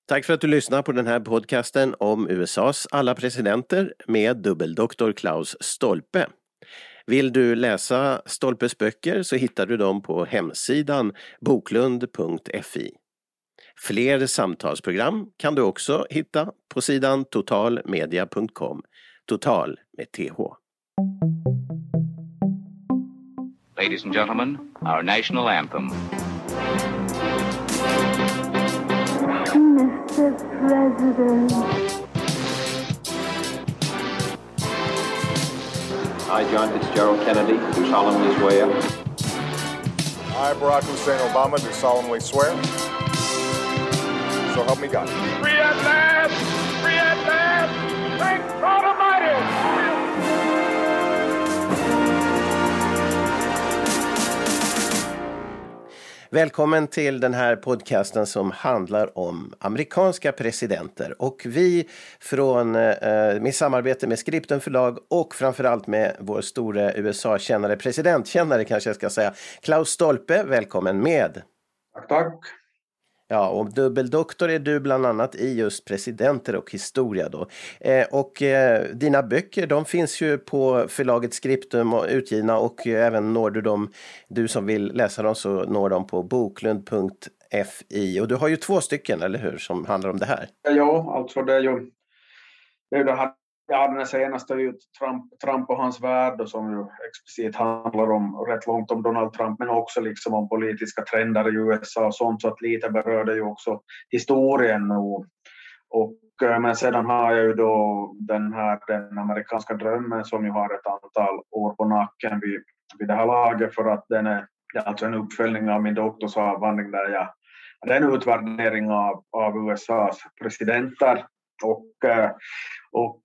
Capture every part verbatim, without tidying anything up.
Tack för att du lyssnar på den här podcasten om U S A:s alla presidenter med dubbeldoktor Klaus Stolpe. Vill du läsa Stolpes böcker så hittar du dem på hemsidan boklund punkt fi. Fler samtalsprogram kan du också hitta på sidan totalmedia punkt com. Total med T H. Ladies and gentlemen, our national anthem. Mister President. I, John Fitzgerald Kennedy, do solemnly swear. I, Barack Hussein Obama, do solemnly swear. So help me God. Free at last! Free at last! Thank God Almighty! Välkommen till den här podcasten som handlar om amerikanska presidenter. Och vi från eh, med samarbete med Skripten förlag och framförallt med vår stora U S A-kännare, presidentkännare kanske jag ska säga, Klaus Stolpe, välkommen med. Tack, tack. Ja, och dubbeldoktor är du bland annat i just presidenter och historia då. Eh, och eh, dina böcker, de finns ju på förlaget Skriptum och utgivna, och eh, även når du dem, du som vill läsa dem så når de på boklund punkt fi. Och du har ju två stycken, eller hur, som handlar om det här? Ja, alltså det är ju det, är det här, ja, den senaste är ju Trump, Trump och hans värld, och som ju explicit handlar om rätt långt om Donald Trump, men också liksom om politiska trender i U S A och sånt, så att lite berör det ju också historien. Och, och, men sedan har jag ju då den här den amerikanska drömmen som ju har ett antal år på nacken vid, vid det här laget, för att den är alltså en uppföljning av min doktorsavhandling där jag, det är en utvärdering av, av U S A:s presidenter. Och, och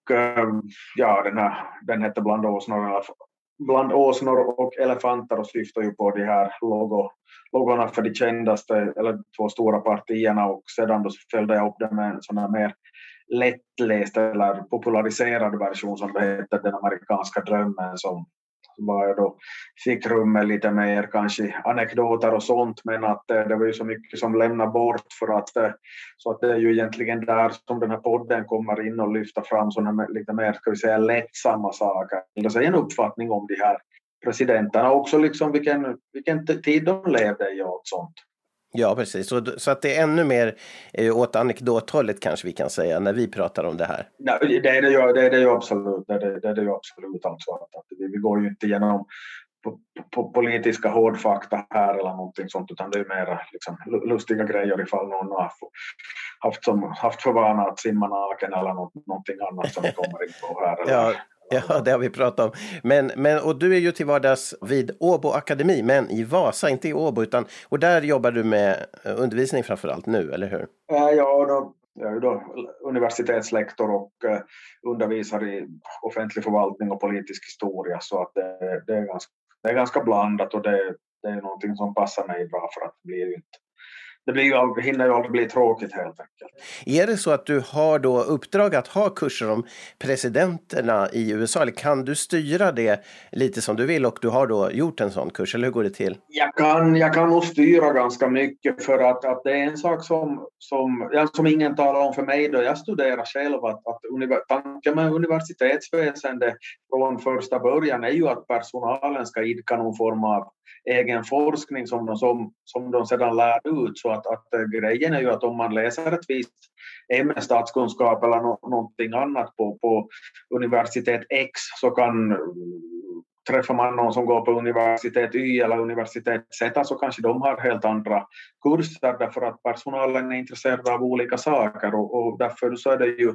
ja, den, här, den heter Bland åsnor, bland åsnor och elefanter och syftar ju på de här logo, logorna för de kändaste eller två stora partierna, och sedan då följde jag upp det med en sån här mer lättläst eller populariserad version som det heter Den amerikanska drömmen, som var jag då fick rum med lite mer kanske anekdoter och sånt, men att det, det var ju så mycket som lämnar bort för att så att det är ju egentligen där som den här podden kommer in och lyfter fram sådana lite mer, ska vi säga, lättsamma saker. Det är en uppfattning om de här presidenterna också, liksom vilken, vilken tid de levde i och sånt. Ja, precis. Så, så att det är ännu mer eh, åt anekdothållet kanske vi kan säga när vi pratar om det här. Nej, det är det ju, det är det ju absolut. Det är det, det är det ju absolut alltså. Att vi, vi går ju inte igenom på, på politiska hårdfakta här eller någonting sånt, utan det är mer liksom lustiga grejer ifall någon har haft, som, haft för vana att simma naken eller något, någonting annat som vi kommer in på här. Eller, ja. Ja, det har vi pratat om. Men, men, och du är ju till vardags vid Åbo Akademi, men i Vasa, inte i Åbo, utan, och där jobbar du med undervisning framförallt nu, eller hur? Ja, då, jag är då universitetslektor och uh, undervisar i offentlig förvaltning och politisk historia, så att det, det, är, ganska, det är ganska blandat, och det, det är någonting som passar mig bra, för att det blir ju inte Det blir ju, hinner ju aldrig bli tråkigt helt enkelt. Är det så att du har då uppdrag att ha kurser om presidenterna i U S A, eller kan du styra det lite som du vill, och du har då gjort en sån kurs, eller hur går det till? Jag kan, jag kan nog styra ganska mycket, för att, att det är en sak som, som, ja, som ingen talar om för mig då jag studerar själv, att, att univer, tanken med universitetsväsende från första början är ju att personalen ska idka någon form av egen forskning som de, som, som de sedan lär ut, så att, att grejen är ju att om man läser ett visst ämne, statskunskap eller no, någonting annat på, på universitet X, så kan träffar man någon som går på universitet Y eller universitet Z, så kanske de har helt andra kurser, därför att personalen är intresserad av olika saker, och, och därför så är det ju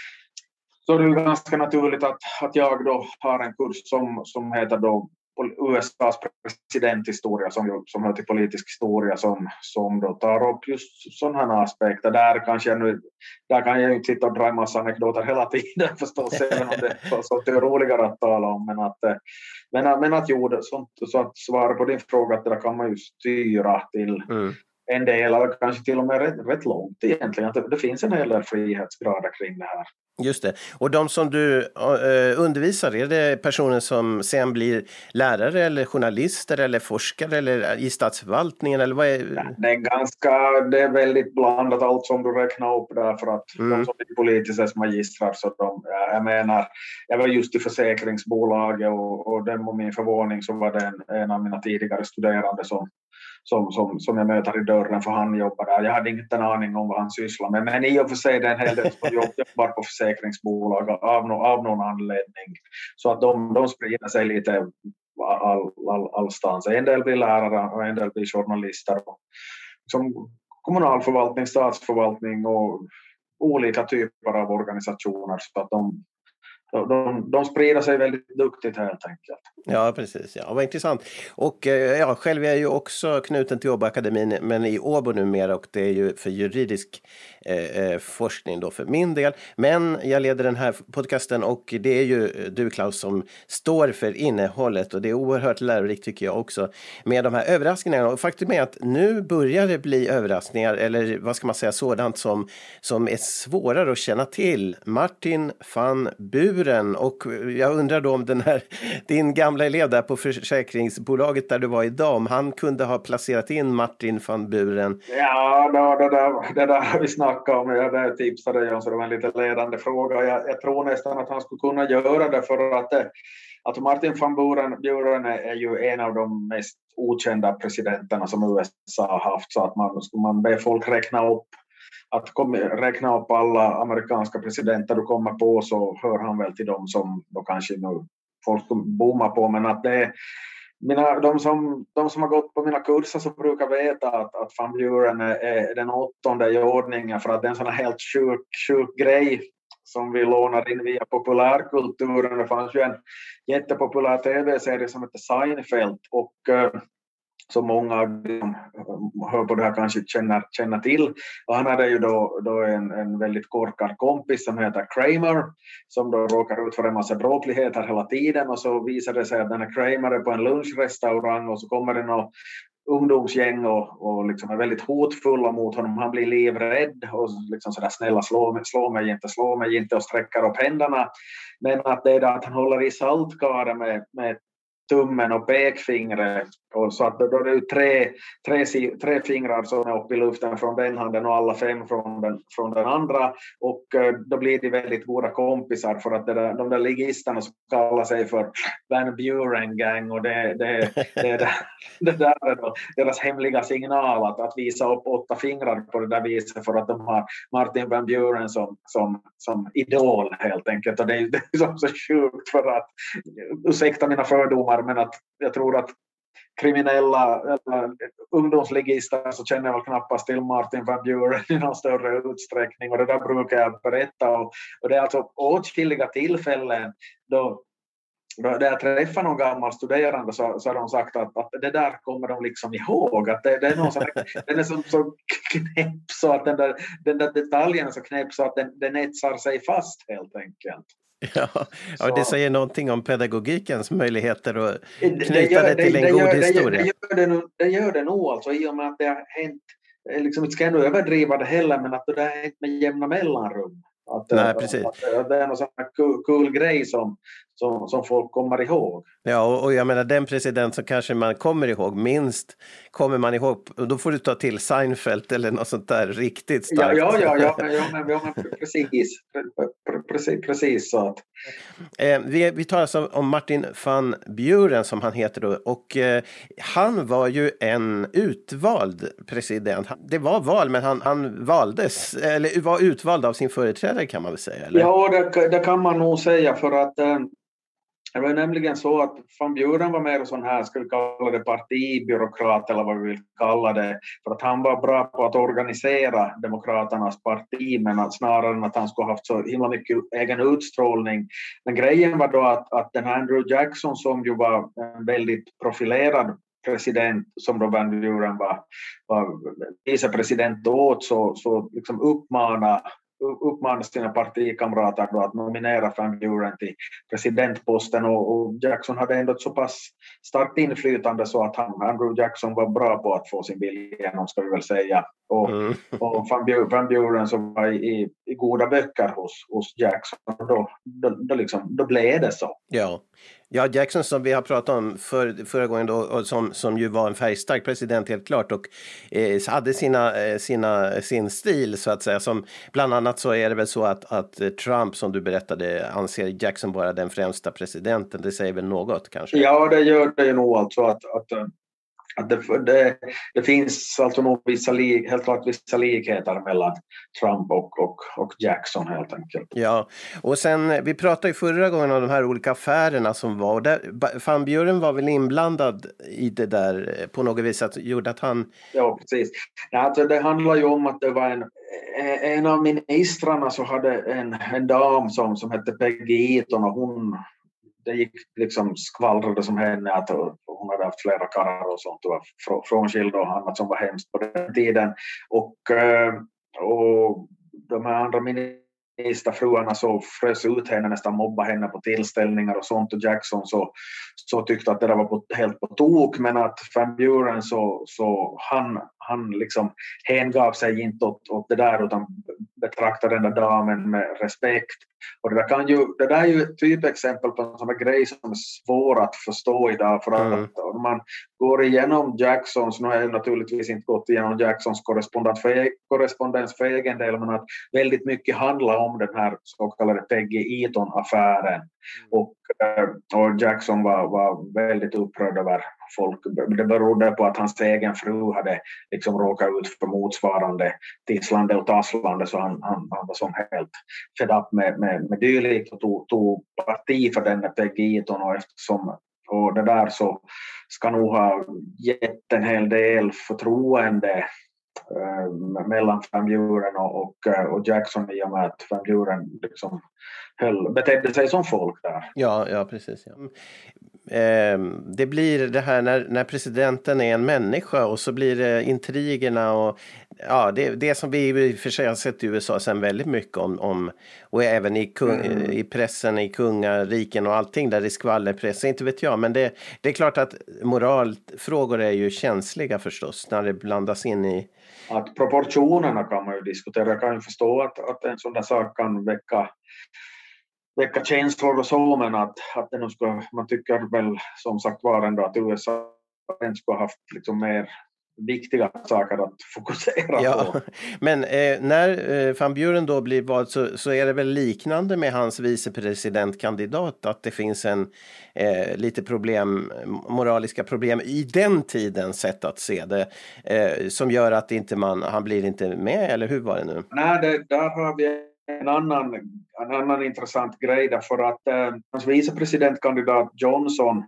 så är det ju ganska naturligt att, att jag då har en kurs som, som heter då U S A:s presidenthistoria, som, som hör till politisk historia, som, som då tar upp just sådana här aspekter. Där, kanske jag nu, där kan jag ju inte sitta och dra en massa anekdoter hela tiden förstås, även om det är så det är roligare att tala om. Men att, men, men att jo, sånt, så att svara på din fråga, att det kan man ju styra till, mm. en del, eller kanske till och med rätt, rätt långt egentligen. Det, det finns en hel del frihetsgrader kring det här. Just det. Och de som du uh, undervisar, är det personer som sen blir lärare eller journalister eller forskare eller i statsförvaltningen? Eller vad är... Det är ganska, det är väldigt blandat allt som du räknar upp där, för att mm. de som är politiska magistrar, så de, jag menar, jag var just i försäkringsbolaget och, och den var min förvåning, så var det en, en av mina tidigare studerande som Som, som, som jag möter i dörren, för han jobbar där. Jag hade inte en aning om vad han sysslar med, men i och för sig det är en hel del som jobbar på försäkringsbolag av, no, av någon anledning. Så att de, de sprider sig lite all, all, allstans. En del blir lärare och en del blir journalister. Som kommunalförvaltning, statsförvaltning och olika typer av organisationer, så att de De, de sprider sig väldigt duktigt helt enkelt. Ja, precis. Ja, vad intressant. Och ja, själv är jag ju också knuten till Åboakademin, men i Åbo numera, och det är ju för juridisk eh, forskning då för min del. Men jag leder den här podcasten och det är ju du, Klaus, som står för innehållet, och det är oerhört lärorikt tycker jag också med de här överraskningarna. Och faktum är att nu börjar det bli överraskningar, eller vad ska man säga, sådant som, som är svårare att känna till. Martin van Buren. Och jag undrar då om den här, din gamla elev där på försäkringsbolaget där du var idag, om han kunde ha placerat in Martin van Buren. Ja, då, det, där, det där har vi snackat om. Jag tipsade Jan, så det var en lite ledande fråga. Jag, jag tror nästan att han skulle kunna göra det, för att, att Martin van Buren, Buren är, är ju en av de mest okända presidenterna som U S A har haft, så att man skulle man be folk räkna upp att kom, räkna upp alla amerikanska presidenter du kommer på, så hör han väl till dem som då kanske nu folk bommar på, men att det mina, de, som, de som har gått på mina kurser så brukar veta att, att van Buren är, är den åttonde i ordningen, för att det är en sån här helt sjuk, sjuk grej som vi lånar in via populärkulturen. Det fanns ju en jättepopulär tv-serie som heter Seinfeld, och så många som hör på det här kanske känner, känner till. Och han hade ju då, då en, en väldigt korkad kompis som heter Kramer, som då råkar ut för en massa dråpligheter hela tiden, och så visar det sig att den här Kramer är på en lunchrestaurang, och så kommer det någon ungdomsgäng och, och liksom är väldigt hotfulla mot honom. Han blir livrädd och liksom sådär, snälla slå mig, slå mig inte, slå mig inte, och sträcker upp händerna. Men att det är att han håller i saltkaren med, med tummen och pekfingret, och så att då är det ju tre, tre, tre fingrar som är uppe i luften från den handen och alla fem från den, från den andra, och då blir det väldigt goda kompisar, för att det där, de där ligisterna som kallar sig för Van Buren Gang, och det, det, det, det, det där är då deras hemliga signal att, att visa upp åtta fingrar på det där viset, för att de har Martin Van Buren som, som, som idol helt enkelt. Och det är ju så, så sjukt, för att, ursäkta mina fördomar, men att jag tror att kriminella eller ungdomsligister så känner jag väl knappast till Martin van Buren i någon större utsträckning, och det där brukar jag berätta, och, och det är alltså åtskilliga tillfällen då, då där jag träffar någon gammal studerande, så, så har de sagt att, att det där kommer de liksom ihåg, att det, det är någon sån, den är så, så knäpp så att den där, den där detaljen är så knäpp så att den, den etsar sig fast helt enkelt. Ja, ja, det säger någonting om pedagogikens möjligheter att knyta det, gör, det till det, en det god gör, historia. Det gör det, nog, det gör det nog alltså, i och med att det har hänt, liksom, inte ska jag överdriva det heller, men att det har hänt med jämna mellanrum. Att, Nej, att, precis. Att, att det är någon sån här cool, cool grej som, som, som folk kommer ihåg. Ja, och, och jag menar, den president som kanske man kommer ihåg minst, kommer man ihåg, och då får du ta till Seinfeld eller något sånt där riktigt starkt. Ja, ja, ja, ja, men, ja, men precis, precis, precis så att. Eh, vi, vi talar alltså om Martin van Buren som han heter då, och eh, han var ju en utvald president. Det var val, men han, han valdes, eller var utvald av sin företrädare kan man väl säga, eller? Ja, det, det kan man nog säga, för att eh, det var nämligen så att van Buren var mer sån här, skulle kalla det partibyråkrat eller vad vi vill kalla det, för att han var bra på att organisera demokraternas parti, men att snarare än att han skulle haft så himla mycket egen utstrålning. Men grejen var då att, att den här Andrew Jackson, som ju var en väldigt profilerad president, som då Van Buren var, var vicepresident åt, så, så liksom uppmana uppmanade sina partikamrater då att nominera Van Buren till presidentposten, och, och Jackson hade ändå ett så pass starkt inflytande så att han, Andrew Jackson var bra på att få sin vilja igenom, ska vi väl säga. Och, mm. och Van, Buren, Van Buren som var i, i goda böcker hos, hos Jackson, då, då, då, liksom, då blev det så. Ja. Ja, Jackson som vi har pratat om för, förra gången då, och som, som ju var en färgstark president helt klart, och eh, hade sina, eh, sina, sin stil så att säga, som bland annat så är det väl så att, att Trump, som du berättade, anser Jackson vara den främsta presidenten. Det säger väl något kanske? Ja, det gör det ju nog, alltså att, att, att det, det, det finns alltså nog vissa, helt klart vissa likheter mellan Trump och, och, och Jackson helt enkelt. Ja, och sen vi pratade ju förra gången om de här olika affärerna som var, och där, Van Buren var väl inblandad i det där på något vis, att gjorde att han... Ja, precis. Ja, alltså det handlar ju om att det var en, en av ministrarna så hade en, en dam som, som hette Peggy Eaton, och hon... Det gick liksom skvallrade som henne att hon hade haft flera karrar och sånt, och var frånskild och annat som var hemskt på den tiden. Och, och de här andra ministerfruarna så frös ut henne, nästan mobba henne på tillställningar och sånt, och Jackson så, så tyckte att det där var på, helt på tok, men att Van Buren så, så han, han liksom hängav sig inte åt, åt det där, utan betraktade den där damen med respekt. Och det där, kan ju, det där är ju ett typexempel på en sån här grej som är svår att förstå idag, för att mm. om man går igenom Jacksons, nu har jag naturligtvis inte gått igenom Jacksons korrespondens för egen del, men att väldigt mycket handlar om den här så kallade Peggy Eaton-affären. Mm. Och, och Jackson var, var väldigt upprörd över folk. Det berodde på att hans egen fru hade liksom råkat ut för motsvarande tisslande och tasslande, så han, han, han var som helt fed up med, med, med dylikt och tog, tog parti för den Peggy Eaton, och eftersom och det där så ska nog ha gett en hel del förtroende eh, mellan Van Buren och, och, och Jackson, i och med att Van Buren liksom höll, betedde sig som folk där. Ja, ja precis. Ja. Eh, det blir det här när, när presidenten är en människa, och så blir det intrigerna och ja, det, det som vi i och för sig har sett i U S A sen väldigt mycket om, om och även i, kung, mm. i pressen, i kungariken och allting där i skvallerpressen, inte vet jag, men det, det är klart att moralfrågor är ju känsliga förstås när det blandas in i... Att proportionerna kan man ju diskutera, jag kan ju förstå att, att en sån där sak kan väcka väcka känslor och så, men att, att det nog ska, man tycker väl som sagt var ändå att U S A ska ha haft liksom mer viktiga saker att fokusera ja, på. Men eh, när eh, Van Buren då blir vald, så, så är det väl liknande med hans vicepresidentkandidat, att det finns en eh, lite problem, moraliska problem i den tiden, sätt att se det, eh, som gör att inte man, han blir inte med, eller hur var det nu? Nej, det, där har vi en annan, en annan intressant grej, därför att eh, hans vicepresidentkandidat Johnson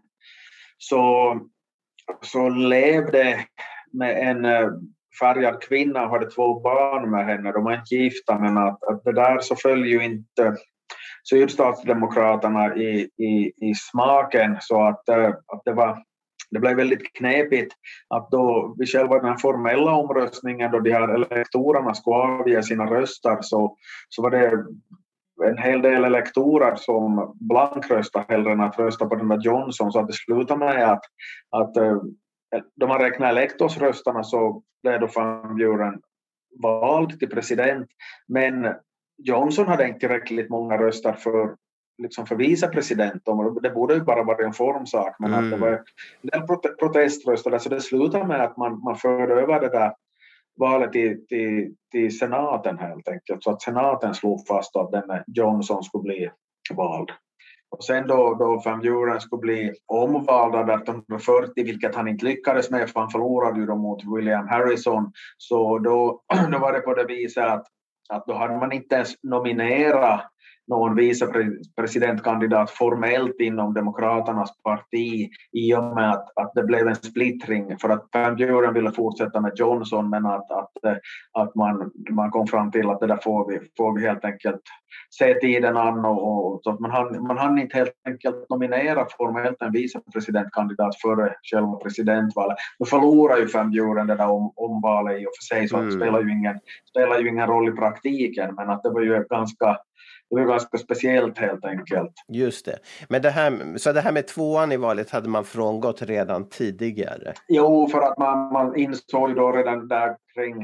så, så levde med en eh, färgad kvinna och hade två barn med henne. De var inte gifta, men att, att det där så följer ju inte sydstatsdemokraterna i, i, i smaken, så att, eh, att det var det blev väldigt knepigt att då vi själva den här formella omröstningen, då de här elektorerna skulle avge sina röster, så, så var det en hel del elektorer som blankröstade hellre än att rösta på den där Johnson, så att det slutade med att, att de har räknat elektorsrösterna, så blev då Van Buren vald till president, men Johnson hade inte tillräckligt många röster för liksom för vicepresident. Det borde ju bara vara en formsak, men mm. att det var en del prote- proteströster, så det slutade med att man, man förde över det där valet till, till, till senaten helt enkelt, så att senaten slog fast att den Johnson skulle bli vald. Och sen då, då Van Buren skulle bli omvald av arton fyrtio, vilket han inte lyckades med, för han förlorade ju då mot William Harrison, så då, då var det på det viset att, att då hade man inte ens nominerat någon vicepresidentkandidat formellt inom Demokraternas parti i och med att, att det blev en splittring, för att Van Buren ville fortsätta med Johnson, men att, att, att man, man kom fram till att det där får vi, får vi helt enkelt se tiden an, och, och så att man hann, man hann inte helt enkelt nominera formellt en vicepresidentkandidat före själva presidentvalet. Nu förlorar ju Van Buren det där om, omvalet i och för sig, så mm. det spelar ju, ingen, spelar ju ingen roll i praktiken, men att det var ju ganska Det var ganska speciellt helt enkelt. Just det. Men det här, så det här med tvåan i valet hade man frångått redan tidigare? Jo, för att man, man insåg ju då redan där kring,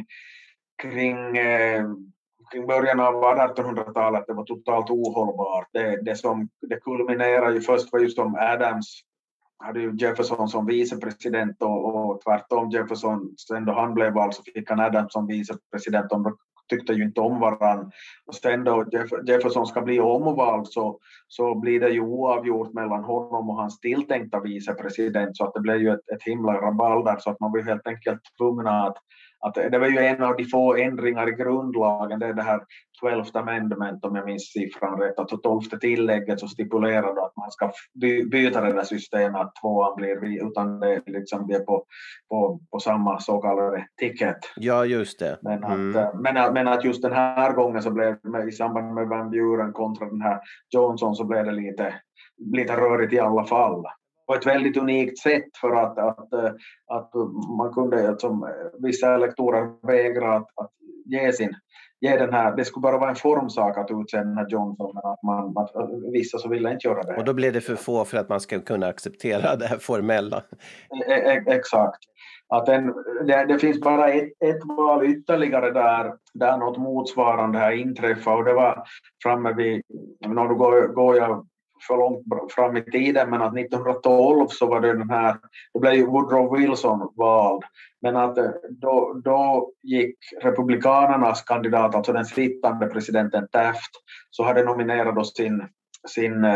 kring, eh, kring början av artonhundratalet att det var totalt ohållbart. Det, det som det kulminerade ju först var ju som Adams hade ju Jefferson som vicepresident, och, och tvärtom Jefferson, sen då han blev vald så fick han Adams som vicepresident. De tyckte ju inte om varann. Och sen då Jeff, Jefferson ska bli omvald så, så blir det ju oavgjort mellan honom och hans tilltänkta vicepresident, så att det blev ju ett, ett himla rabalder, så att man var helt enkelt tvungna att, att det var ju en av de få ändringar i grundlagen, det är det här twelfth amendment om jag minns siffran rätt, att tolfte tillägget så stipulerar att man ska by, byta det där systemet att tvåan blir utan det liksom blir på, på, på samma så kallade ticket. Ja, just det. Men att, mm. men, att, men att just den här gången så blev det i samband med Van Buren kontra den här Johnson så blev det lite, lite rörigt i alla fall. På ett väldigt unikt sätt, för att, att, att man kunde, som vissa elektorer vägra att, att ge sin ge den här, det skulle bara vara en formsak att utse den här Johnson, men att, man, att vissa så ville inte göra det. Och då blev det för få för att man ska kunna acceptera det här formella. E- e- exakt. Att en, det, det finns bara ett, ett val ytterligare där, där något motsvarande här inträffade, och det var framme vid, nu går, går jag för långt fram i tiden, men att nittonhundratolv så var det den här, då blev ju Woodrow Wilson vald, men att då, då gick republikanernas kandidat, alltså den sittande presidenten Taft, så hade nominerat sin, sin,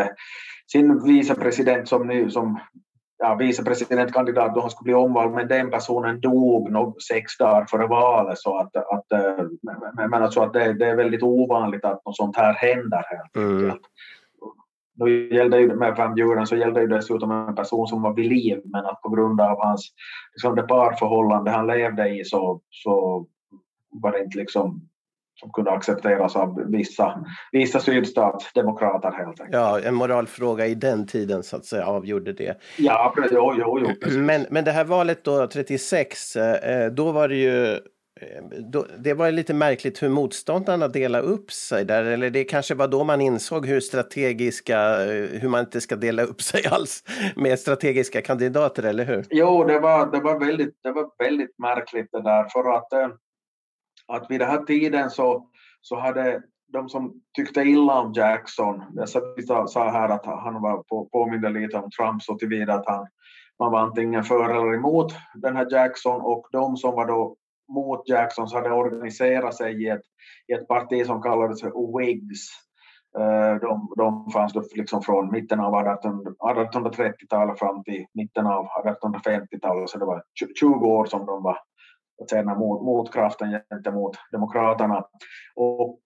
sin vicepresident som nu, som ja, vicepresidentkandidat då han skulle bli omvald, men den personen dog nog sex dagar före valet, så att, att, men alltså att det, det är väldigt ovanligt att något sånt här händer helt enkelt. Mm. Nu gällde ju med Van Buren så gällde ju dessutom en person som var vid liv, men att på grund av hans liksom det parförhållande han levde i så, så var det inte liksom som kunde accepteras av vissa, vissa sydstatsdemokrater helt enkelt. Ja, en moralfråga i den tiden så att säga avgjorde det. Ja, jo, jo, jo. Men, men det här valet då, trettiosex, då var det ju Då, det var lite märkligt hur motståndarna delade upp sig där, eller det kanske var då man insåg hur strategiska, hur man inte ska dela upp sig alls med strategiska kandidater, eller hur? Jo, det var, det var, väldigt, det var väldigt märkligt det där, för att, att vid den här tiden så, så hade de som tyckte illa om Jackson, jag sa här att han var på, påminner lite om Trump så tillvida att han, man var antingen för eller emot den här Jackson, och de som var då mot Jackson så hade organiserat sig i ett, i ett parti som kallades Whigs. De, de fanns då liksom från mitten av artonhundratrettiotalet fram till mitten av artonhundrafemtiotalet, så det var tjugo år som de var att mot, motkraften gentemot demokraterna. Och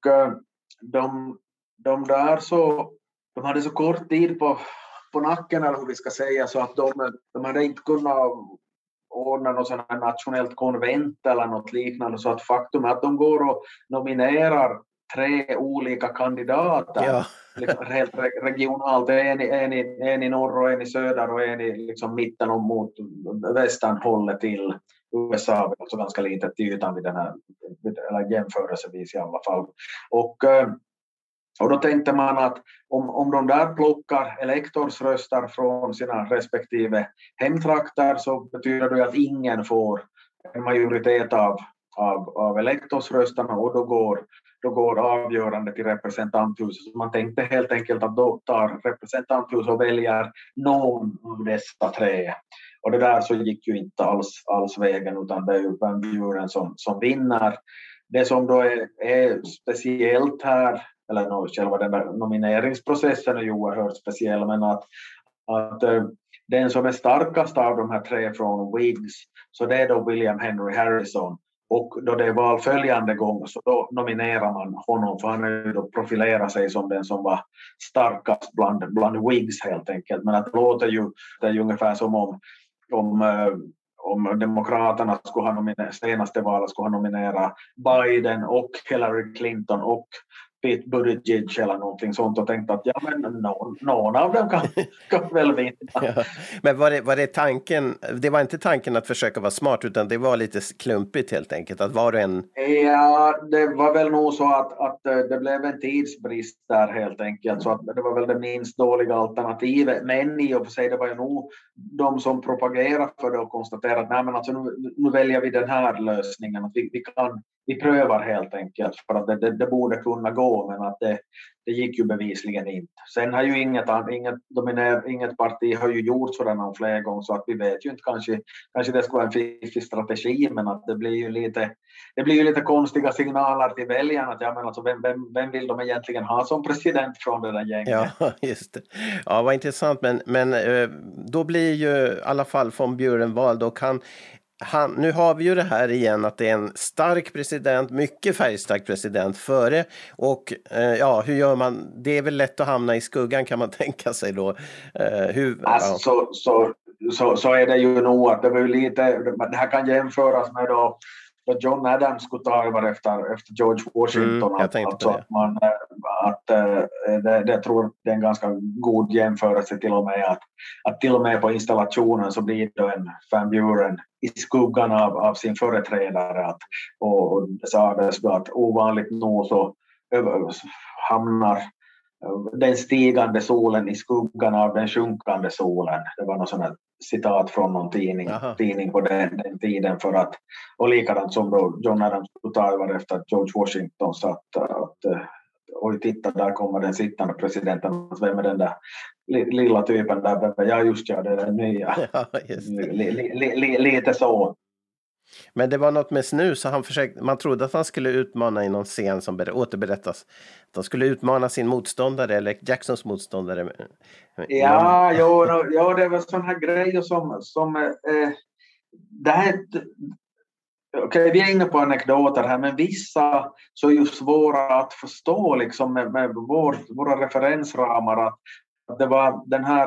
de, de där så de hade så kort tid på, på nacken, eller hur vi ska säga, så att de, de hade inte kunnat ordna något sådant här nationellt konvent eller något liknande, så att faktum är att de går och nominerar tre olika kandidater, ja. liksom helt regionalt, en i, en, i, en i norr och en i söder och en i liksom mitten och mot västern hållet till U S A, alltså ganska litet till ytan vid den här, eller jämförelsevis i alla fall. Och Och då tänkte man att om, om de där plockar elektorsröster från sina respektive hemtrakter, så betyder det att ingen får en majoritet av, av, av elektorsrösterna, och då går, då går avgörande till representanthuset. Så man tänkte helt enkelt att då tar representanthuset och väljer någon av dessa tre. Och det där så gick ju inte alls, alls vägen, utan det är ju Van Buren som, som vinner. Det som då är, är speciellt här, eller no, själva den där nomineringsprocessen är ju oerhört speciell, men att, att uh, den som är starkast av de här tre från Whigs, så det är då William Henry Harrison. Och då det är val följande gång så då nominerar man honom för han har ju då profilerat sig som den som var starkast bland, bland Whigs helt enkelt. Men att det låter ju, det är ju ungefär som om, om, om Demokraterna skulle ha nominera, senaste valet skulle ha nominera Biden och Hillary Clinton och Pete Buttigieg eller någonting sånt och tänkte att ja men någon, någon av dem kan, kan väl vinna. Ja, men var det, var det tanken, det var inte tanken att försöka vara smart utan det var lite klumpigt helt enkelt att var och en... Ja, det var väl nog så att, att det blev en tidsbrist där helt enkelt så att det var väl det minst dåliga alternativet men i och för sig det var ju nog de som propagerade för det och konstaterade att nej men alltså nu, nu väljer vi den här lösningen att vi, vi kan vi prövar helt enkelt för att det, det, det borde kunna gå men att det, det gick ju bevisligen inte. Sen har ju inget, inget, dominer, inget parti har ju gjort sådana fler gånger så att vi vet ju inte kanske, kanske det ska vara en fiffig strategi men att det blir ju lite, det blir ju lite konstiga signaler till väljarna att ja men alltså vem, vem, vem vill de egentligen ha som president från det där gänget? Ja, just det. Ja, vad intressant men, men då blir ju i alla fall von Buren vald och han Han, nu har vi ju det här igen att det är en stark president, mycket färgstark president före och eh, ja, hur gör man? Det är väl lätt att hamna i skuggan kan man tänka sig då. Eh, hur, alltså, ja. så, så, så, så är det ju nog att det var ju lite, det här kan jämföras med då, då John Adams skulle ta över efter, efter George Washington. Mm, jag tänkte alltså, på det. Att man, att, det, det tror det är en ganska god jämförelse till och med att, att till och med på installationen så blir det en Van Buren i skuggan av, av sin företrädare att, och, och det sades att ovanligt nog så hamnar den stigande solen i skuggan av den sjunkande solen. Det var något sånt här citat från någon tidning, tidning på den, den tiden för att, och likadant som då John Adams tog över efter George Washington så att, att oj titta där kommer den sittande presidenten, vem är den där lilla typen där, ja just ja det är den nya. Ja, just det. Li, li, li, lite så. Men det var något med snus så han försökte, man trodde att han skulle utmana i någon scen som ber, återberättas. Att han skulle utmana sin motståndare eller Jacksons motståndare. Ja, jo, jo det var sådana här grejer som, som eh, det här, okej okay, vi är inne på anekdoter här men vissa så är ju svåra att förstå liksom med, med vår, våra referensramar att, att det var den här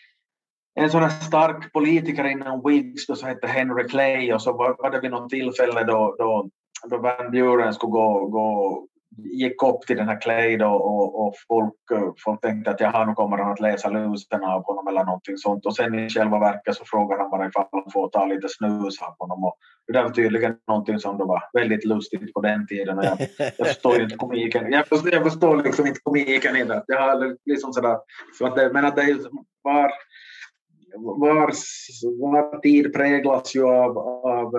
en sån här stark politiker inom Whigs då, som hette Henry Clay och så var, var det vid något tillfälle då, då, då Van Buren skulle gå, gå gick upp till den här Clay då, och, och folk, folk tänkte att jaha, nu kommer han att läsa lusten av honom eller någonting sånt och sen i själva verket så frågade han bara ifall han får ta lite snus av honom och det var tydligen någonting som då var väldigt lustigt på den tiden och jag, jag förstår inte komiken jag förstår, jag förstår liksom inte komiken i det jag har liksom sådär så att det, men att det var Var, var tid präglas ju av, av,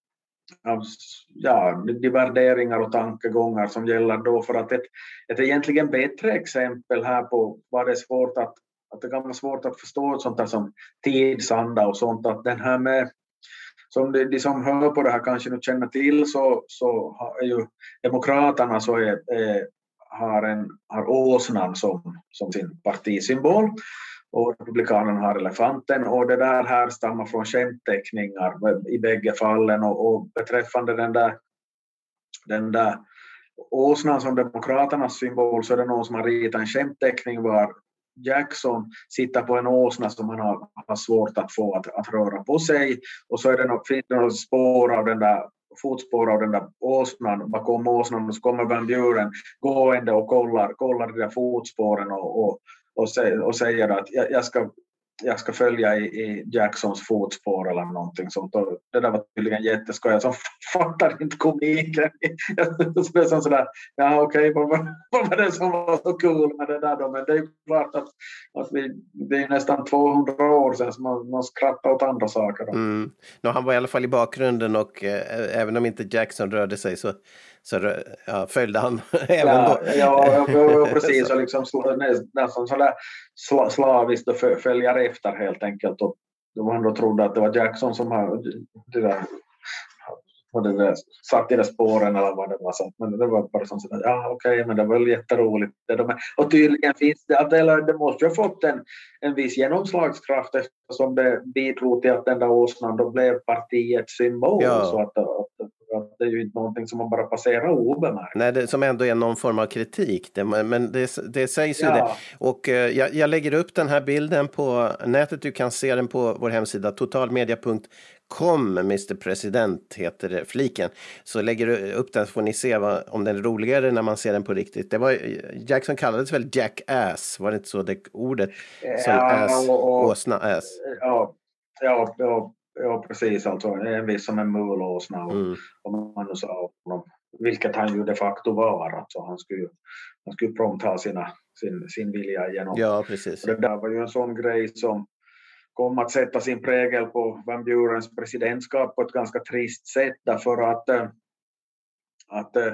av ja, de värderingar och tankegångar som gäller då för att ett, ett egentligen bättre exempel här på vad det är svårt att, att det kan vara svårt att förstå ett sånt där som tidsanda och sånt att den här med som de, de som hör på det här kanske nu känner till så, så är ju demokraterna så är, är, har, en, har åsnan som, som sin partisymbol och republikanerna har elefanten och det där här stammar från skämtteckningar i bägge fallen och, och beträffande den där, den där åsnan som demokraternas symbol så är det någon som har ritat en skämtteckning var Jackson sitter på en åsna som han har, har svårt att få att, att röra på sig och så är det något, finns det något spår av den där fotspår av den där åsnan bakom åsnan och så kommer Van Buren gående och kollar, kollar de där fotspåren och, och Och, säger, och säger att jag, jag, ska, jag ska följa i, i Jacksons fotspår eller någonting sånt. Och det där var tydligen jätteskojigt. Jag fattar inte komiken. Jag skulle sådär, ja okej, okay, vad, vad var det som var så kul med det där då? Men det är klart att, att vi, det är nästan tvåhundra år sedan som man, man skrattar åt andra saker. Då. Mm. No, han var i alla fall i bakgrunden och eh, även om inte Jackson rörde sig så så ja, följde han även ja, då. Ja, ja, precis. Och liksom nästan sådär slaviskt och följer efter helt enkelt. Och man då trodde att det var Jackson som har det där, det där, satt i de spåren eller vad det var. Så. Men det var bara sånt sådär, ja okej, okay, men det var väl jätteroligt. Det de, och tydligen finns det, att eller, det måste ju ha fått en, en viss genomslagskraft eftersom det bidrog till att den där åsnan då blev partiets symbol. Ja. Så att, att Det är ju inte någonting som man bara passerar obemärkt. Nej, det, som ändå är någon form av kritik. Det, men det, det sägs ju Ja. det. Och eh, jag, jag lägger upp den här bilden på nätet. Du kan se den på vår hemsida totalmedia punkt com. mister President heter det, fliken. Så lägger du upp den så får ni se vad, om den är roligare när man ser den på riktigt. Det var, Jackson kallades väl Jackass, var det inte så det ordet? Som Ja, ass, och, och, åsna ass. Ja, ja, ja, ja, precis. Alltså, en viss som en mulåsna. Och, Mm. om man nu sa honom, vilket han ju de facto var. Alltså, han skulle, han skulle prompt ha sina, sin, sin vilja igenom. Ja, precis. Och det där var ju en sån grej som kom att sätta sin prägel på Van Burens presidentskap på ett ganska trist sätt. Därför att, äh, att äh,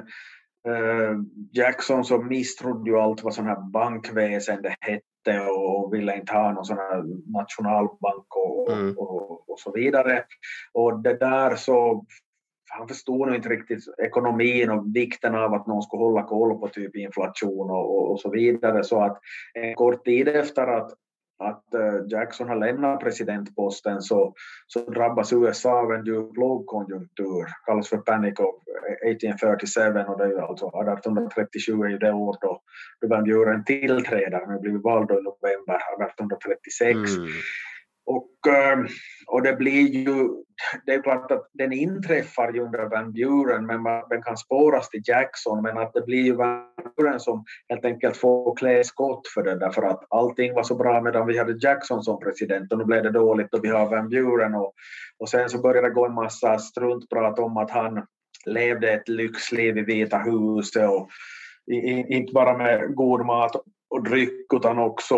Jackson så misstrodde ju allt vad sån här bankväsen det hette och ville inte ha någon sån här nationalbank och, Mm. och, och så vidare. Och det där så han förstod nog inte riktigt ekonomin och vikten av att någon skulle hålla koll på typ inflation och, och, och så vidare. Så att en kort tid efter att att Jackson har lämnat presidentposten så, så drabbas U S A av en djup lågkonjunktur, kallas för Panic of arton fyrtiosju, och det är ju alltså arton trettiosju är ju det år då, då Van Buren tillträder, men blir vald i november arton trettiosex. Mm. Och, och det blir ju, det är klart att den inträffar ju under Van Buren, men man, den kan spåras till Jackson, men att det blir ju Van Buren som helt enkelt får klä skott för det, därför att allting var så bra medan vi hade Jackson som president, och nu blev det dåligt och vi har Van Buren, och, och sen så började det gå en massa struntprat om att han levde ett lyxliv i Vita huset, och inte bara med god mat och dryck utan också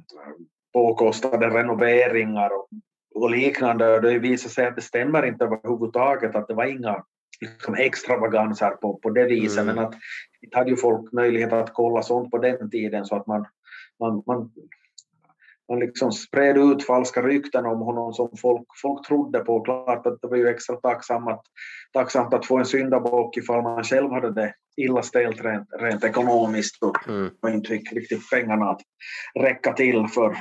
påkostade renoveringar och, och liknande. Det visar sig att det stämmer inte överhuvudtaget, att det var inga liksom, extravaganser på, på det viset, mm. men att det hade ju folk möjlighet att kolla sånt på den tiden, så att man, man, man, man liksom spred ut falska rykten om honom som folk, folk trodde på. Klart att det var ju extra tacksamt att, tacksamt att få en syndabock ifall man själv hade det illa ställt rent, rent ekonomiskt och mm. inte fick riktigt pengarna att räcka till för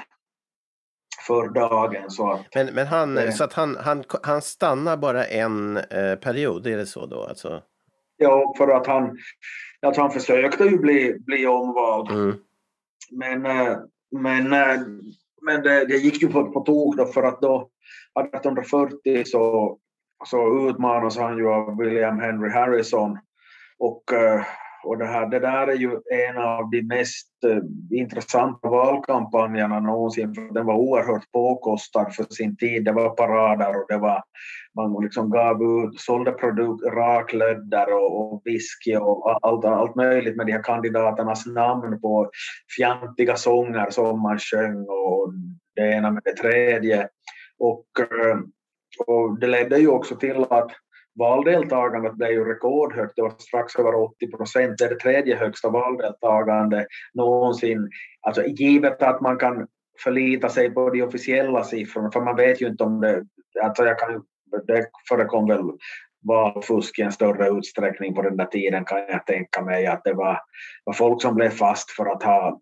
för dagen. Så att, men, men han, eh, så att han, han, han stannar bara en eh, period, är det så då? Alltså? Ja, för att han, att han försökte ju bli, bli omvald. Mm. Men, eh, men, eh, men det, det gick ju på, på tok då, för att då arton fyrtio så, så utmanas han ju av William Henry Harrison, och eh, Och det, här, det där är ju en av de mest eh, intressanta valkampanjerna någonsin. För den var oerhört påkostad för sin tid. Det var parader och det var, man liksom gav ut, sålde produkt, raklödder och, och whisky och allt, allt möjligt med de här kandidaternas namn på fjantiga sånger som man sjöng och det ena med det tredje. Och, och det ledde ju också till att valdeltagandet blev ju rekordhögt, det var strax över åttio procent, det är det tredje högsta valdeltagande någonsin. Alltså givet att man kan förlita sig på de officiella siffrorna, för man vet ju inte om det, alltså jag kan, det förekom väl valfusk i en större utsträckning på den där tiden, kan jag tänka mig, att det var, var folk som blev fast för att ha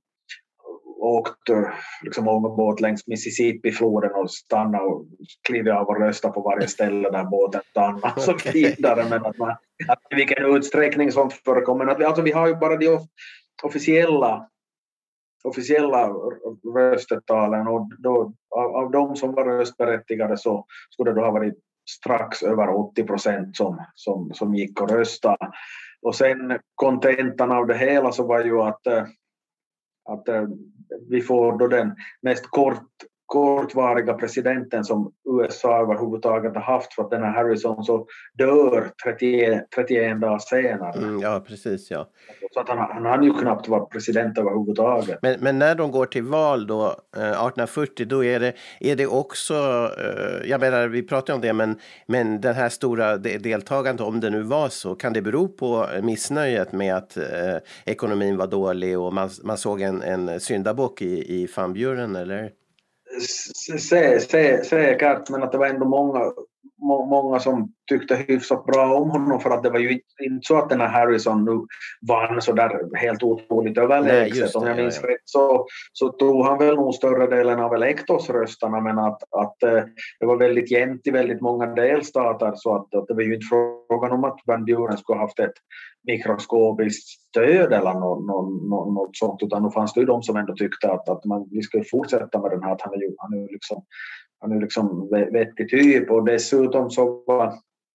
åkt liksom ångbåt längs Mississippi-floden och stanna och kliva av och rösta på varje ställe där båten stannar och så vidare. Men att man, att i vilken utsträckning sånt förekommer. Att vi, alltså vi har ju bara de officiella officiella röstetalen, och då, av, av de som var röstberättigade så skulle det då ha varit strax över åttio procent som, som, som gick och rösta. Och sen kontentan av det hela så var ju att att vi får då den mest kort, kortvariga presidenten som U S A överhuvudtaget har haft, för att den här Harrison så dör trettio, trettioen dagar senare. Mm, ja, precis, ja. Så att han, han hade ju knappt varit president överhuvudtaget. Men, men när de går till val då, eh, arton fyrtio, då är det, är det också, eh, jag menar, vi pratar om det, men, men den här stora deltagandet, om det nu var så, kan det bero på missnöjet med att eh, ekonomin var dålig och man, man såg en, en syndabock i, i Van Buren, eller? Sä, sä, säkert, men att det var ändå många, må, många som tyckte hyfsat bra om honom, för att det var ju inte så att den här Harrison nu vann så där helt otroligt överlägset. Om jag minns ja, ja. rätt så, så tog han väl nog större delen av elektorsröstarna, men att, att eh, det var väldigt jämnt i väldigt många delstater, så att, att det var ju inte frågan om att Van Buren skulle ha haft ett mikroskopiskt stöd eller något, något, något sånt, utan då fanns det ju de som ändå tyckte att, att man, vi skulle fortsätta med den här, att han är ju, han är ju liksom han är liksom vettig typ, och dessutom så var,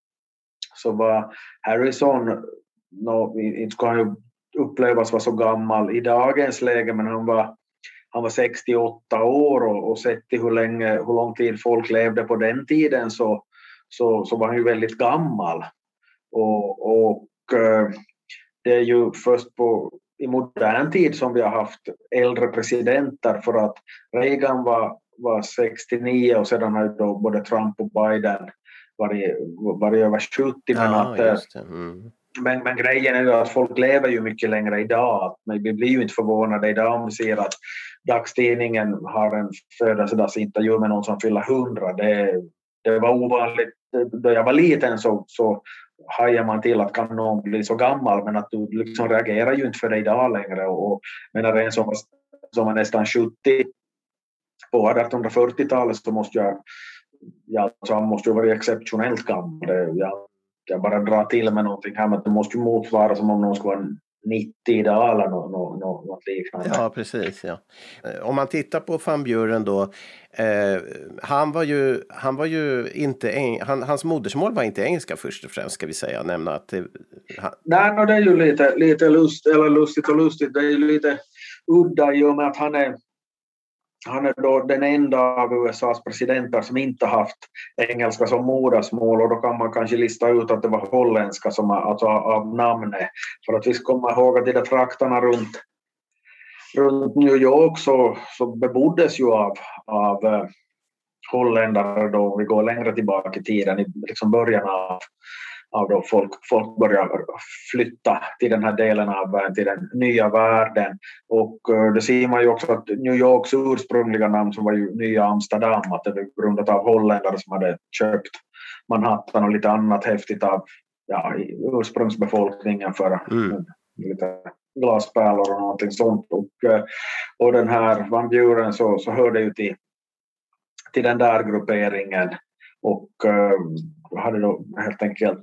så var Harrison, no, inte ska han ju upplevas vara så gammal i dagens läge, men han var, han var sextioåtta år, och, och sett till hur, länge, hur lång tid folk levde på den tiden, så, så, så var han ju väldigt gammal. Och, och det är ju först på, i modern tid som vi har haft äldre presidenter, för att Reagan var var sextionio, och sedan har då både Trump och Biden varit, varit över sjuttio. Men, ja, att, mm. men, men grejen är ju att folk lever ju mycket längre idag. Men vi blir ju inte förvånade idag om vi ser att dagstidningen har en födelsedagsintervju med någon som fyller hundra. Det, det var ovanligt. Då jag var liten så, så hajar man till att kan någon bli så gammal, men att du liksom reagerar ju inte för det idag längre. Och, och menar en som, som är nästan sjuttio på artonhundrafyrtiotalet, så måste jag, ja, så han måste ju vara exceptionellt gammal. Jag, jag bara drar till med någonting här, men det måste ju motsvara som om någon skulle vara nittio idag eller något, något, något liknande. Ja, precis. Ja. Om man tittar på Van Buren då, eh, han var ju, han var ju inte, eng, han, hans modersmål var inte engelska först och främst, ska vi säga, nämna att det, han... Nej, no, det är ju lite, lite lust, eller lustigt och lustigt, det är ju lite udda i och med att han är Han är då den enda av U S A:s presidenter som inte haft engelska som modersmål, och då kan man kanske lista ut att det var holländska som alltså av namnet. För att vi ska komma ihåg att de där trakterna runt, runt New York så, så beboddes ju av, av uh, holländare då vi går längre tillbaka i tiden, i liksom början av av då folk, folk börjar flytta till den här delen av till den nya världen. Och uh, det ser man ju också att New Yorks ursprungliga namn, som var ju Nya Amsterdam, att det var grundat av holländare som hade köpt Manhattan och lite annat häftigt av ja, ursprungsbefolkningen för mm. lite glaspärlor och någonting sånt. Och, uh, och den här Van Buren så, så hörde ju till, till den där grupperingen, och uh, hade då helt enkelt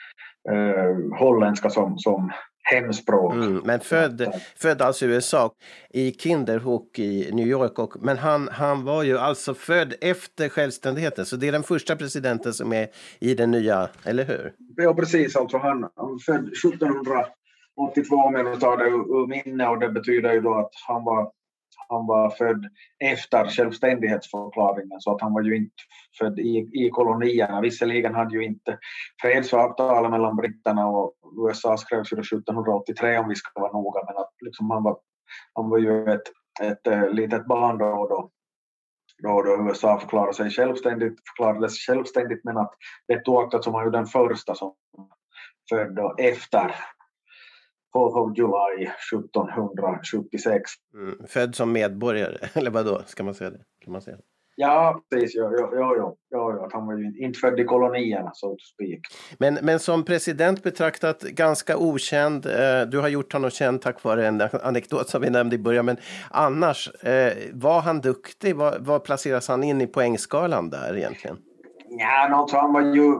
Uh, holländska som, som hemspråk. Mm, men född, född alltså i U S A i Kinderhook i New York, och, men han, han var ju alltså född efter självständigheten, så det är den första presidenten som är i den nya, eller hur? Ja, precis, alltså han, han född sjuttonhundraåttiotvå, men vi tar det ur minne, och det betyder ju då att han var han var född efter självständighetsförklaringen, så att han var ju inte född i, i kolonierna. Visserligen hade ju inte fredsavtalet mellan britterna och U S A skrevs ju sjuttonhundraåttiotre, om vi ska vara noga, men att liksom han, var, han var ju ett, ett, ett litet barn då, då, då, då U S A förklarade sig självständigt, förklarades självständigt, men att det tog som var ju den första som född då efter fourth of July sjuttonhundrasjuttiosex. Mm, född som medborgare, eller vad då ska man säga det? Kan man säga det? Ja, precis. Ja, ja, ja, ja, ja, han var ju inte född i kolonierna, so to speak. Men, men som president betraktat ganska okänd. Eh, du har gjort honom känd tack vare en anekdot som vi nämnde i början. Men annars, eh, var han duktig? Vad, vad placeras han in i poängskalan där egentligen? Ja, något han var ju...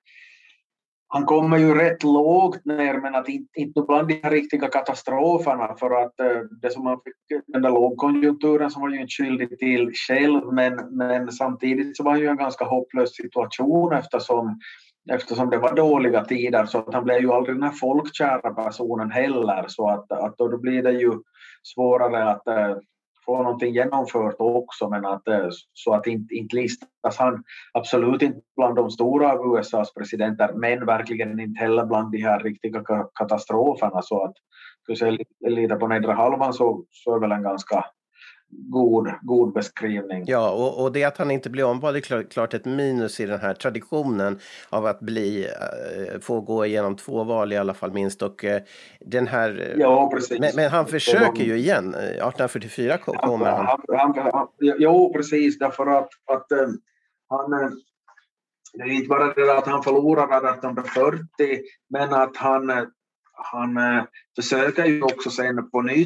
Han kommer ju rätt lågt ner, men att inte, inte bland de här riktiga katastroferna, för att eh, det som man fick, den där lågkonjunkturen som var ju inte skyldig till själv, men, men samtidigt så var det ju en ganska hopplös situation eftersom, eftersom det var dåliga tider, så att han blev ju aldrig den här folkkära personen heller, så att, att då blir det ju svårare att eh, få någonting genomfört också, men att, så att inte, inte listas han absolut inte bland de stora av U S A:s presidenter, men verkligen inte heller bland de här riktiga katastroferna, så att du ser lite på nedre halvan så, så är väl en ganska god, god beskrivning. Ja, och, och det att han inte blir omvald är klart, klart ett minus i den här traditionen av att bli, äh, få gå igenom två val i alla fall minst, och äh, den här... Ja, precis. Men, men han försöker ju igen, arton fyrtiofyra kommer han. han, han, han jo, precis, därför att, att äh, han, äh, det är inte bara det att han förlorade arton fyrtio, men att han, han försöker ju också sen på nytt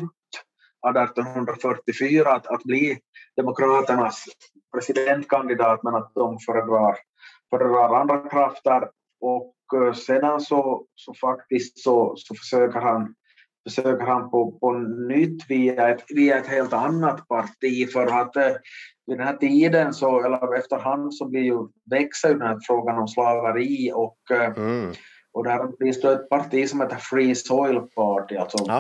arton fyrtiofyra att, att bli demokraternas presidentkandidat, men att de föredrar, föredrar andra krafter. Och sedan så, så faktiskt så, så försöker han försöker han på, på nytt via ett, via ett helt annat parti, för att eh, vid den här tiden så, eller efterhand så blir ju, växer ju den här frågan om slaveri, och, eh, mm. och där finns det ett parti som heter Free Soil Party, alltså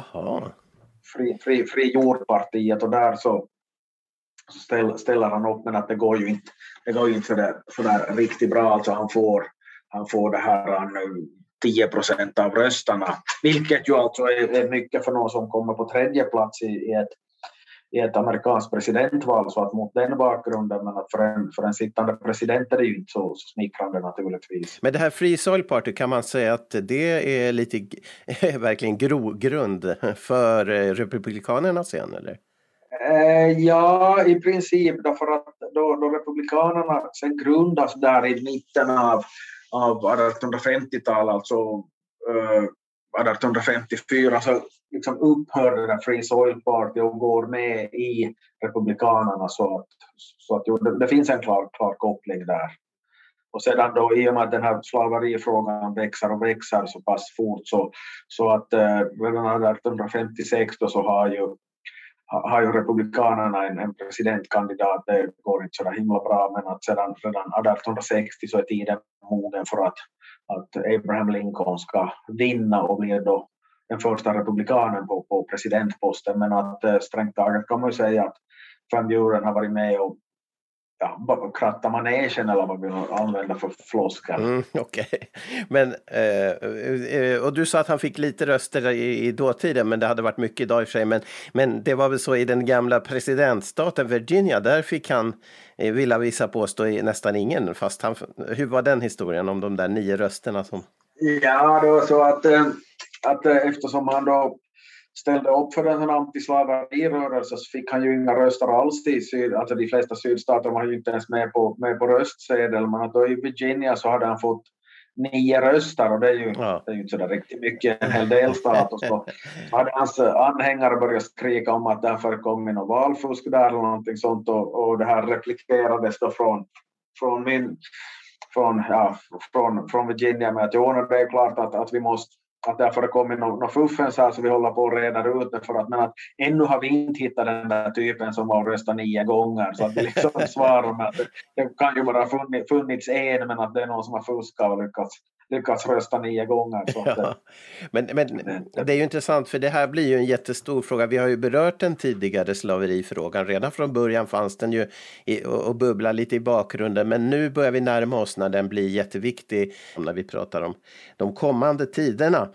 Fri, fri, fri jordpartiet, och där så, så ställ, ställer han upp, men att det går ju inte, det går ju inte sådär, sådär riktigt bra, alltså han får, han får det här han, tio procent av rösterna, vilket ju alltså är, är mycket för någon som kommer på tredje plats i, i, ett, i ett amerikanskt presidentval, så att mot den bakgrunden, men att för en, för en sittande president är det ju inte så, så smickrande naturligtvis. Men det här Free Soil Party, kan man säga att det är lite verkligen grogrund för republikanerna sen, eller? Eh, ja, i princip, därför att då, då republikanerna sen grundas där i mitten av av arton femtio-talet, alltså uh, arton femtiofyra, så liksom upphörde den Free Soil Party och går med i republikanerna, så att, så att jo, det, det finns en klar, klar koppling där. Och sedan då, i och med att den här slaverifrågan växer och växer så pass fort, så, så att uh, redan arton femtiosex då så har ju har ju republikanerna en, en presidentkandidat. Det går inte så där himla bra, men att sedan redan arton sextio så är tiden mogen för att, att Abraham Lincoln ska vinna och bli då den första republikanen på, på presidentposten. Men att äh, strängt taget kan man ju säga att Van Buren har varit med och ja, kratta manegen, eller vad vi använder för floskel. Mm, Okej, okay. Men eh, och du sa att han fick lite röster i, i dåtiden, men det hade varit mycket idag i sig. Men, men det var väl så i den gamla presidentstaten Virginia, där fick han, eh, vilja visa påstå, nästan ingen. Fast han, hur var den historien om de där nio rösterna som... Ja, det var så att, att eftersom han då ställde upp för en antislaverirörelse, så fick han ju inga röster alls i syd, alltså de flesta sydstater var ju inte ens med på, med på röstsedel, men att då i Virginia så hade han fått nio röster, och det är ju, ja. det är ju inte så där riktigt mycket, en hel delstat, och så hade hans anhängare börjat skrika om att det förekom någon valfusk där eller någonting sånt, och, och det här replikerades då från, från min från, ja, från, från Virginia med att jo, det är klart att, att vi måste att därför det kommer någon fuffens här, så vi håller på att reda ut det, för att, men att ännu har vi inte hittat den där typen som har röstat nio gånger, så att vi liksom svarar med att det, det kan ju bara funnits, funnits en, men att det är någon som har fuskat och lyckats, lyckats rösta nio gånger. Så att, ja. Men, men det är ju intressant, för det här blir ju en jättestor fråga. Vi har ju berört den tidigare slaverifrågan. Redan från början fanns den ju i, och, och bubbla lite i bakgrunden, men nu börjar vi närma oss när den blir jätteviktig när vi pratar om de kommande tiderna.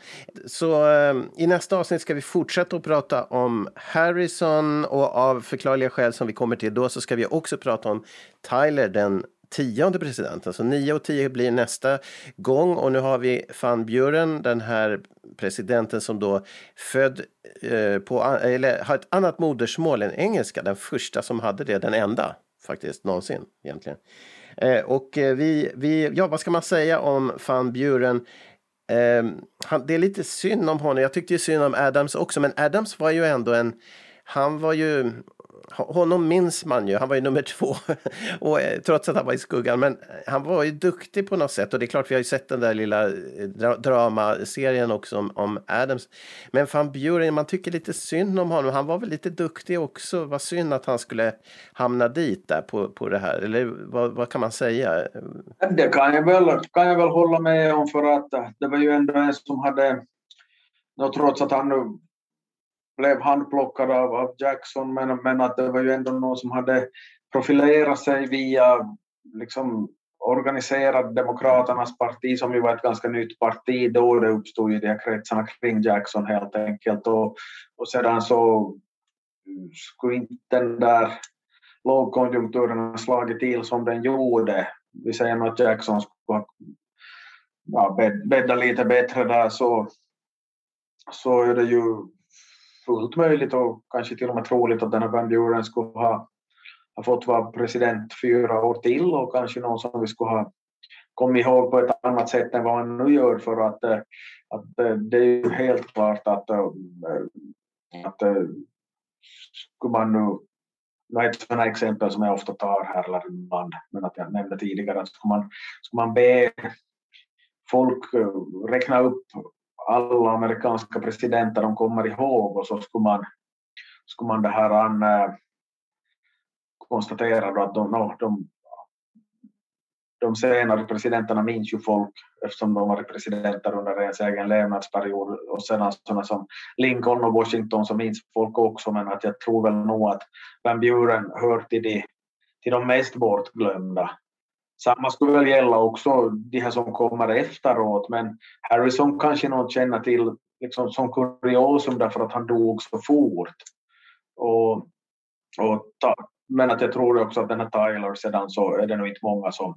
Så eh, i nästa avsnitt ska vi fortsätta att prata om Harrison, och av förklarliga skäl som vi kommer till då så ska vi också prata om Tyler, den tionde presidenten. Så nio och tio blir nästa gång, och nu har vi Van Buren, den här presidenten som då född eh, på, eller har ett annat modersmål än engelska, den första som hade det, den enda faktiskt någonsin egentligen. Eh, och eh, vi, vi, ja vad ska man säga om Van Buren? Eh, han, det är lite synd om honom. Jag tyckte ju synd om Adams också, men Adams var ju ändå en, han var ju, honom minns man ju, han var ju nummer två och, trots att han var i skuggan, men han var ju duktig på något sätt, och det är klart vi har ju sett den där lilla dra- dramaserien också om, om Adams, men Van Buren, man tycker lite synd om honom, han var väl lite duktig också, vad synd att han skulle hamna dit där på, på det här, eller vad, vad kan man säga? Det kan jag, väl, kan jag väl hålla med om, för att det var ju ändå en som hade, trots att han nu blev handplockad av, av Jackson, men, men att det var ju ändå någon som hade profilerat sig via liksom organiserad Demokraternas parti, som ju var ett ganska nytt parti då, det uppstod ju de här kretsarna kring Jackson helt enkelt, och, och sedan så skulle inte den där lågkonjunkturen slagit till som den gjorde. Vi säger att Jackson skulle ja, bädda lite bättre där, så, så är det ju fullt möjligt och kanske till och med troligt att den här Van Buren skulle ha, ha fått vara president fyra år till, och kanske någon som vi skulle ha, kom ihåg på ett annat sätt än vad han nu gör, för att, att det är ju helt klart att, att skulle man nu, det är ett sådant exempel som jag ofta tar här eller ibland, men att jag nämnde tidigare, att skulle man, skulle man be folk räkna upp alla amerikanska presidenter de kommer ihåg, och så skulle man, skulle man det här an, konstatera då att de, no, de, de senare presidenterna minns ju folk eftersom de var presidenter under ens egen levnadsperiod, och sedan sådana som Lincoln och Washington så minns folk också, men att jag tror väl nog att Van Buren hör till de, till de mest bortglömda. Samma skulle väl gälla också de här som kommer efteråt, men Harrison kanske någon känner till liksom som kuriosum därför att han dog så fort. Och, och ta, men att jag tror också att den här Tyler sedan så är det nog inte många som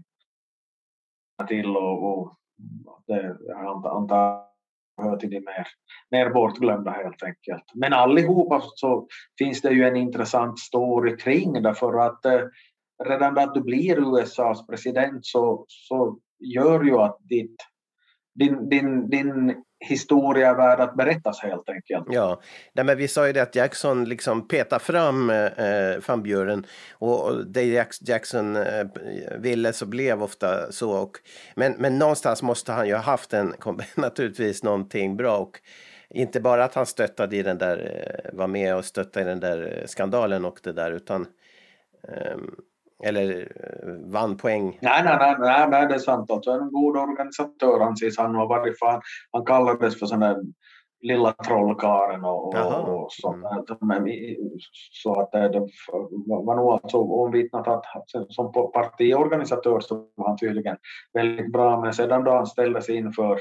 till och, och det, jag antar, antar hör till de mer, mer bortglömda helt enkelt. Men allihopa så finns det ju en intressant story kring, därför att eh, redan att du blir U S A:s president så, så gör ju att ditt, din, din, din historia är värd att berättas helt enkelt. Ja, nej, men vi sa ju det att Jackson liksom petar fram eh, Van Buren, och det Jackson eh, ville så blev ofta så. Och, men, men någonstans måste han ju ha haft en, naturligtvis någonting bra, och inte bara att han stöttade i den där, eh, var med och stöttade i den där skandalen och det där, utan eh, eller vann poäng. Nej, nej, nej, nej, nej, det är sant. Alltså, en god organisatör, han sägs han har varit fan, han kallades för sån där lilla trollkaren och, och, och så, mm. så att det, det var nog alltså omvittnat att som partiorganisatör så var han tydligen väldigt bra, men sedan då han ställdes inför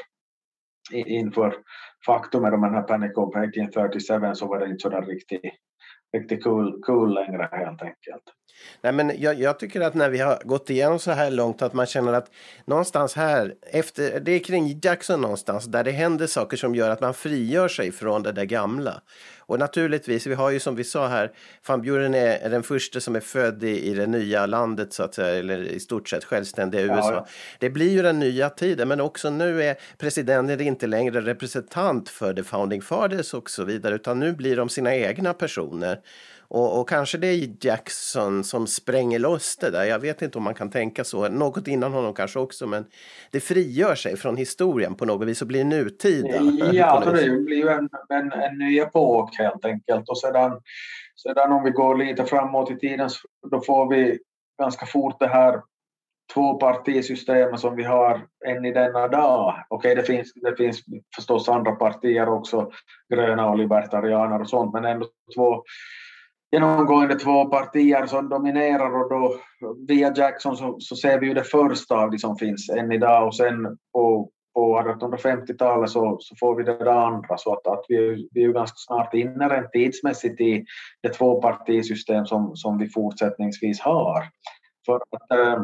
inför faktum med de här Panic of arton trettiosju så var det inte så där riktigt riktigt cool, cool längre helt enkelt. Nej, men jag, jag tycker att när vi har gått igenom så här långt att man känner att någonstans här, efter, det är kring Jackson någonstans där det händer saker som gör att man frigör sig från det där gamla. Och naturligtvis, vi har ju som vi sa här, Van Buren är, är den första som är född i, i det nya landet så att säga, eller i stort sett självständiga U S A. Ja, ja. Det blir ju den nya tiden, men också nu är presidenten inte längre representant för the founding fathers och så vidare, utan nu blir de sina egna personer. Och, och kanske det är Jackson som spränger loss det där. Jag vet inte om man kan tänka så. Något innan honom kanske också, men det frigör sig från historien på något vis och blir nutida. Ja, för det blir ju en, en, en ny epok helt enkelt. Och sedan, sedan om vi går lite framåt i tiden då får vi ganska fort det här tvåpartisystemet som vi har än i denna dag. Okej, det finns, det finns förstås andra partier också, gröna och libertarianer och sånt, men ändå två genomgående två partier som dominerar, och då via Jackson så, så ser vi ju det första av det som finns än idag, och sen på, på arton femtiotalet så, så får vi det andra, så att, att vi, vi är ju ganska snart inne rent tidsmässigt i det tvåpartisystem som, som vi fortsättningsvis har. För att, äh,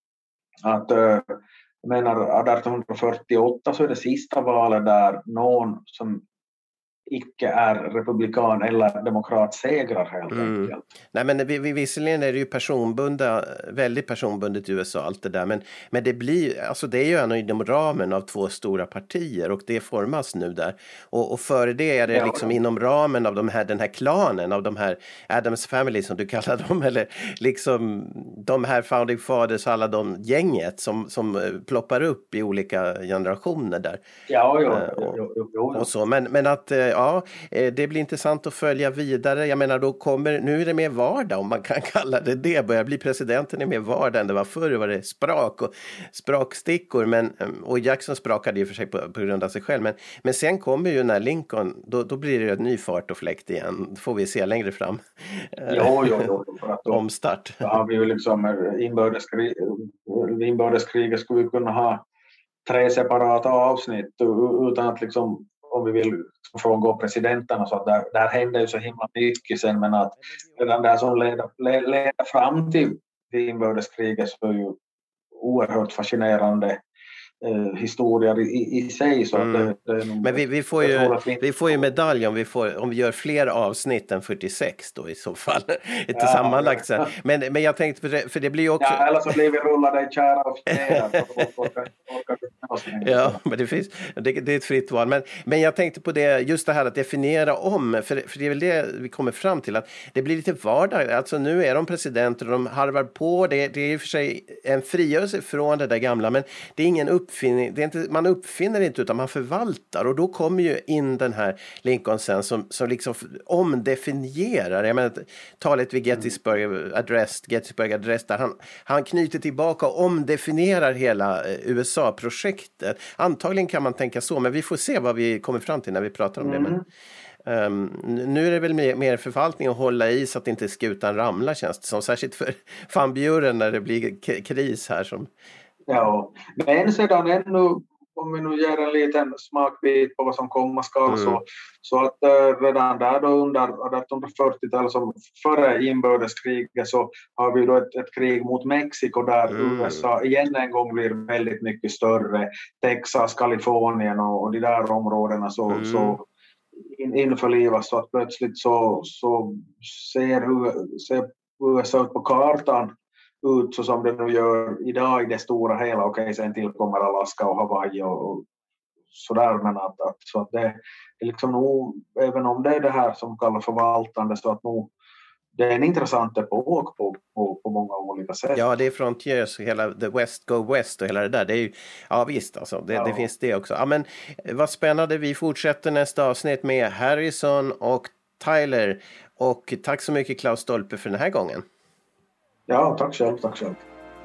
att äh, jag menar arton fyrtioåtta så är det sista valet där någon som icke är republikan eller demokrat segrar helt mm. enkelt. Nej, men vi, vi, visserligen är det ju personbunda, väldigt personbundet i U S A allt det där, men, men det blir, alltså det är ju ändå inom ramen av två stora partier och det formas nu där. Och, och före det är det ja, liksom ja. inom ramen av de här, den här klanen, av de här Adams Family som du kallar dem, eller liksom de här Founding Fathers, alla de gänget som, som ploppar upp i olika generationer där. Ja, ja. Uh, och, jo, jo, jo. och så, men, men att ja, det blir intressant att följa vidare. Jag menar, då kommer, nu är det mer vardag om man kan kalla det det. Börjar bli presidenten är mer vardag än det var förr. Var det sprak och sprakstickor. Men, och Jackson sprakade ju för sig på, på grund av sig själv. Men, men sen kommer ju när Lincoln, då, då blir det ett ny fart och fläkt igen. Det får vi se längre fram. Jo, jo, jo. För att då, omstart. Då har vi ju liksom inbördeskrig, inbördeskriget skulle vi kunna ha tre separata avsnitt utan att liksom, om vi vill frångå presidenterna, så att där, där händer ju så himla mycket sen, men att redan där som leder, leder fram till inbördeskriget så är ju oerhört fascinerande eh, historier i, i sig. Så mm. att det, det nog, men vi, vi, får ju, vi... vi får ju medalj om vi, får, om vi gör fler avsnitt än fyrtiosex då i så fall. Inte ja, sammanlagt sen. Men, men jag tänkte, för det, för det blir ju också... Ja, eller så blir vi rullade i kära och fjära. Ja, men det finns, det, det är ett fritt val. Men, men jag tänkte på det, just det här att definiera om, för, för det är väl det vi kommer fram till, att det blir lite vardag. Alltså nu är de presidenter och de harvar på, det, det är i och för sig en frigörelse från det där gamla, men det är ingen uppfinning, det är inte, man uppfinner inte utan man förvaltar, och då kommer ju in den här Lincoln sen som, som liksom omdefinierar, jag menar talet vid Gettysburg Address, Gettysburg Address där han, han knyter tillbaka och omdefinierar hela U S A-projektet. Antagligen kan man tänka så, men vi får se vad vi kommer fram till när vi pratar om mm. det. Men Um, nu är det väl mer, mer förvaltning att hålla i så att inte skutan ramlar, känns det som, särskilt för fanbjuren när det blir k- kris här som... Ja, men sedan ännu, om vi nu ger en liten smakbit på vad som komma ska, mm. så, så att uh, redan där då under arton fyrtiotalet, som före inbördeskriget, så har vi då ett, ett krig mot Mexiko där mm. U S A igen en gång blir väldigt mycket större. Texas, Kalifornien och, och de där områdena så, mm. så införlivas, så att plötsligt så, så ser, ser U S A ut på kartan ut så som det nu gör idag i det stora hela. Okej, sen tillkommer Alaska och Hawaii och, och sådär, men att, att, så att det, det är liksom nog, även om det är det här som kallas förvaltande, så att nog det är en intressant epok på, på, på många olika sätt. Ja, det är Frontiers, hela The West Go West och hela det där. Det är ju, ja visst, alltså, det, ja. det finns det också. Ja, men vad spännande, vi fortsätter nästa avsnitt med Harrison och Tyler. Och tack så mycket Klaus Stolpe för den här gången. Ja, tack själv, tack själv.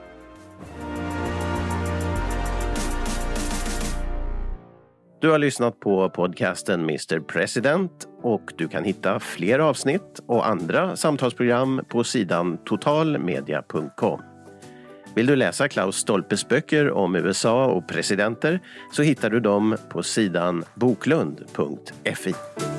Du har lyssnat på podcasten mister President, och du kan hitta fler avsnitt och andra samtalsprogram på sidan totalmedia punkt com. Vill du läsa Klaus Stolpes böcker om U S A och presidenter så hittar du dem på sidan boklund punkt f i.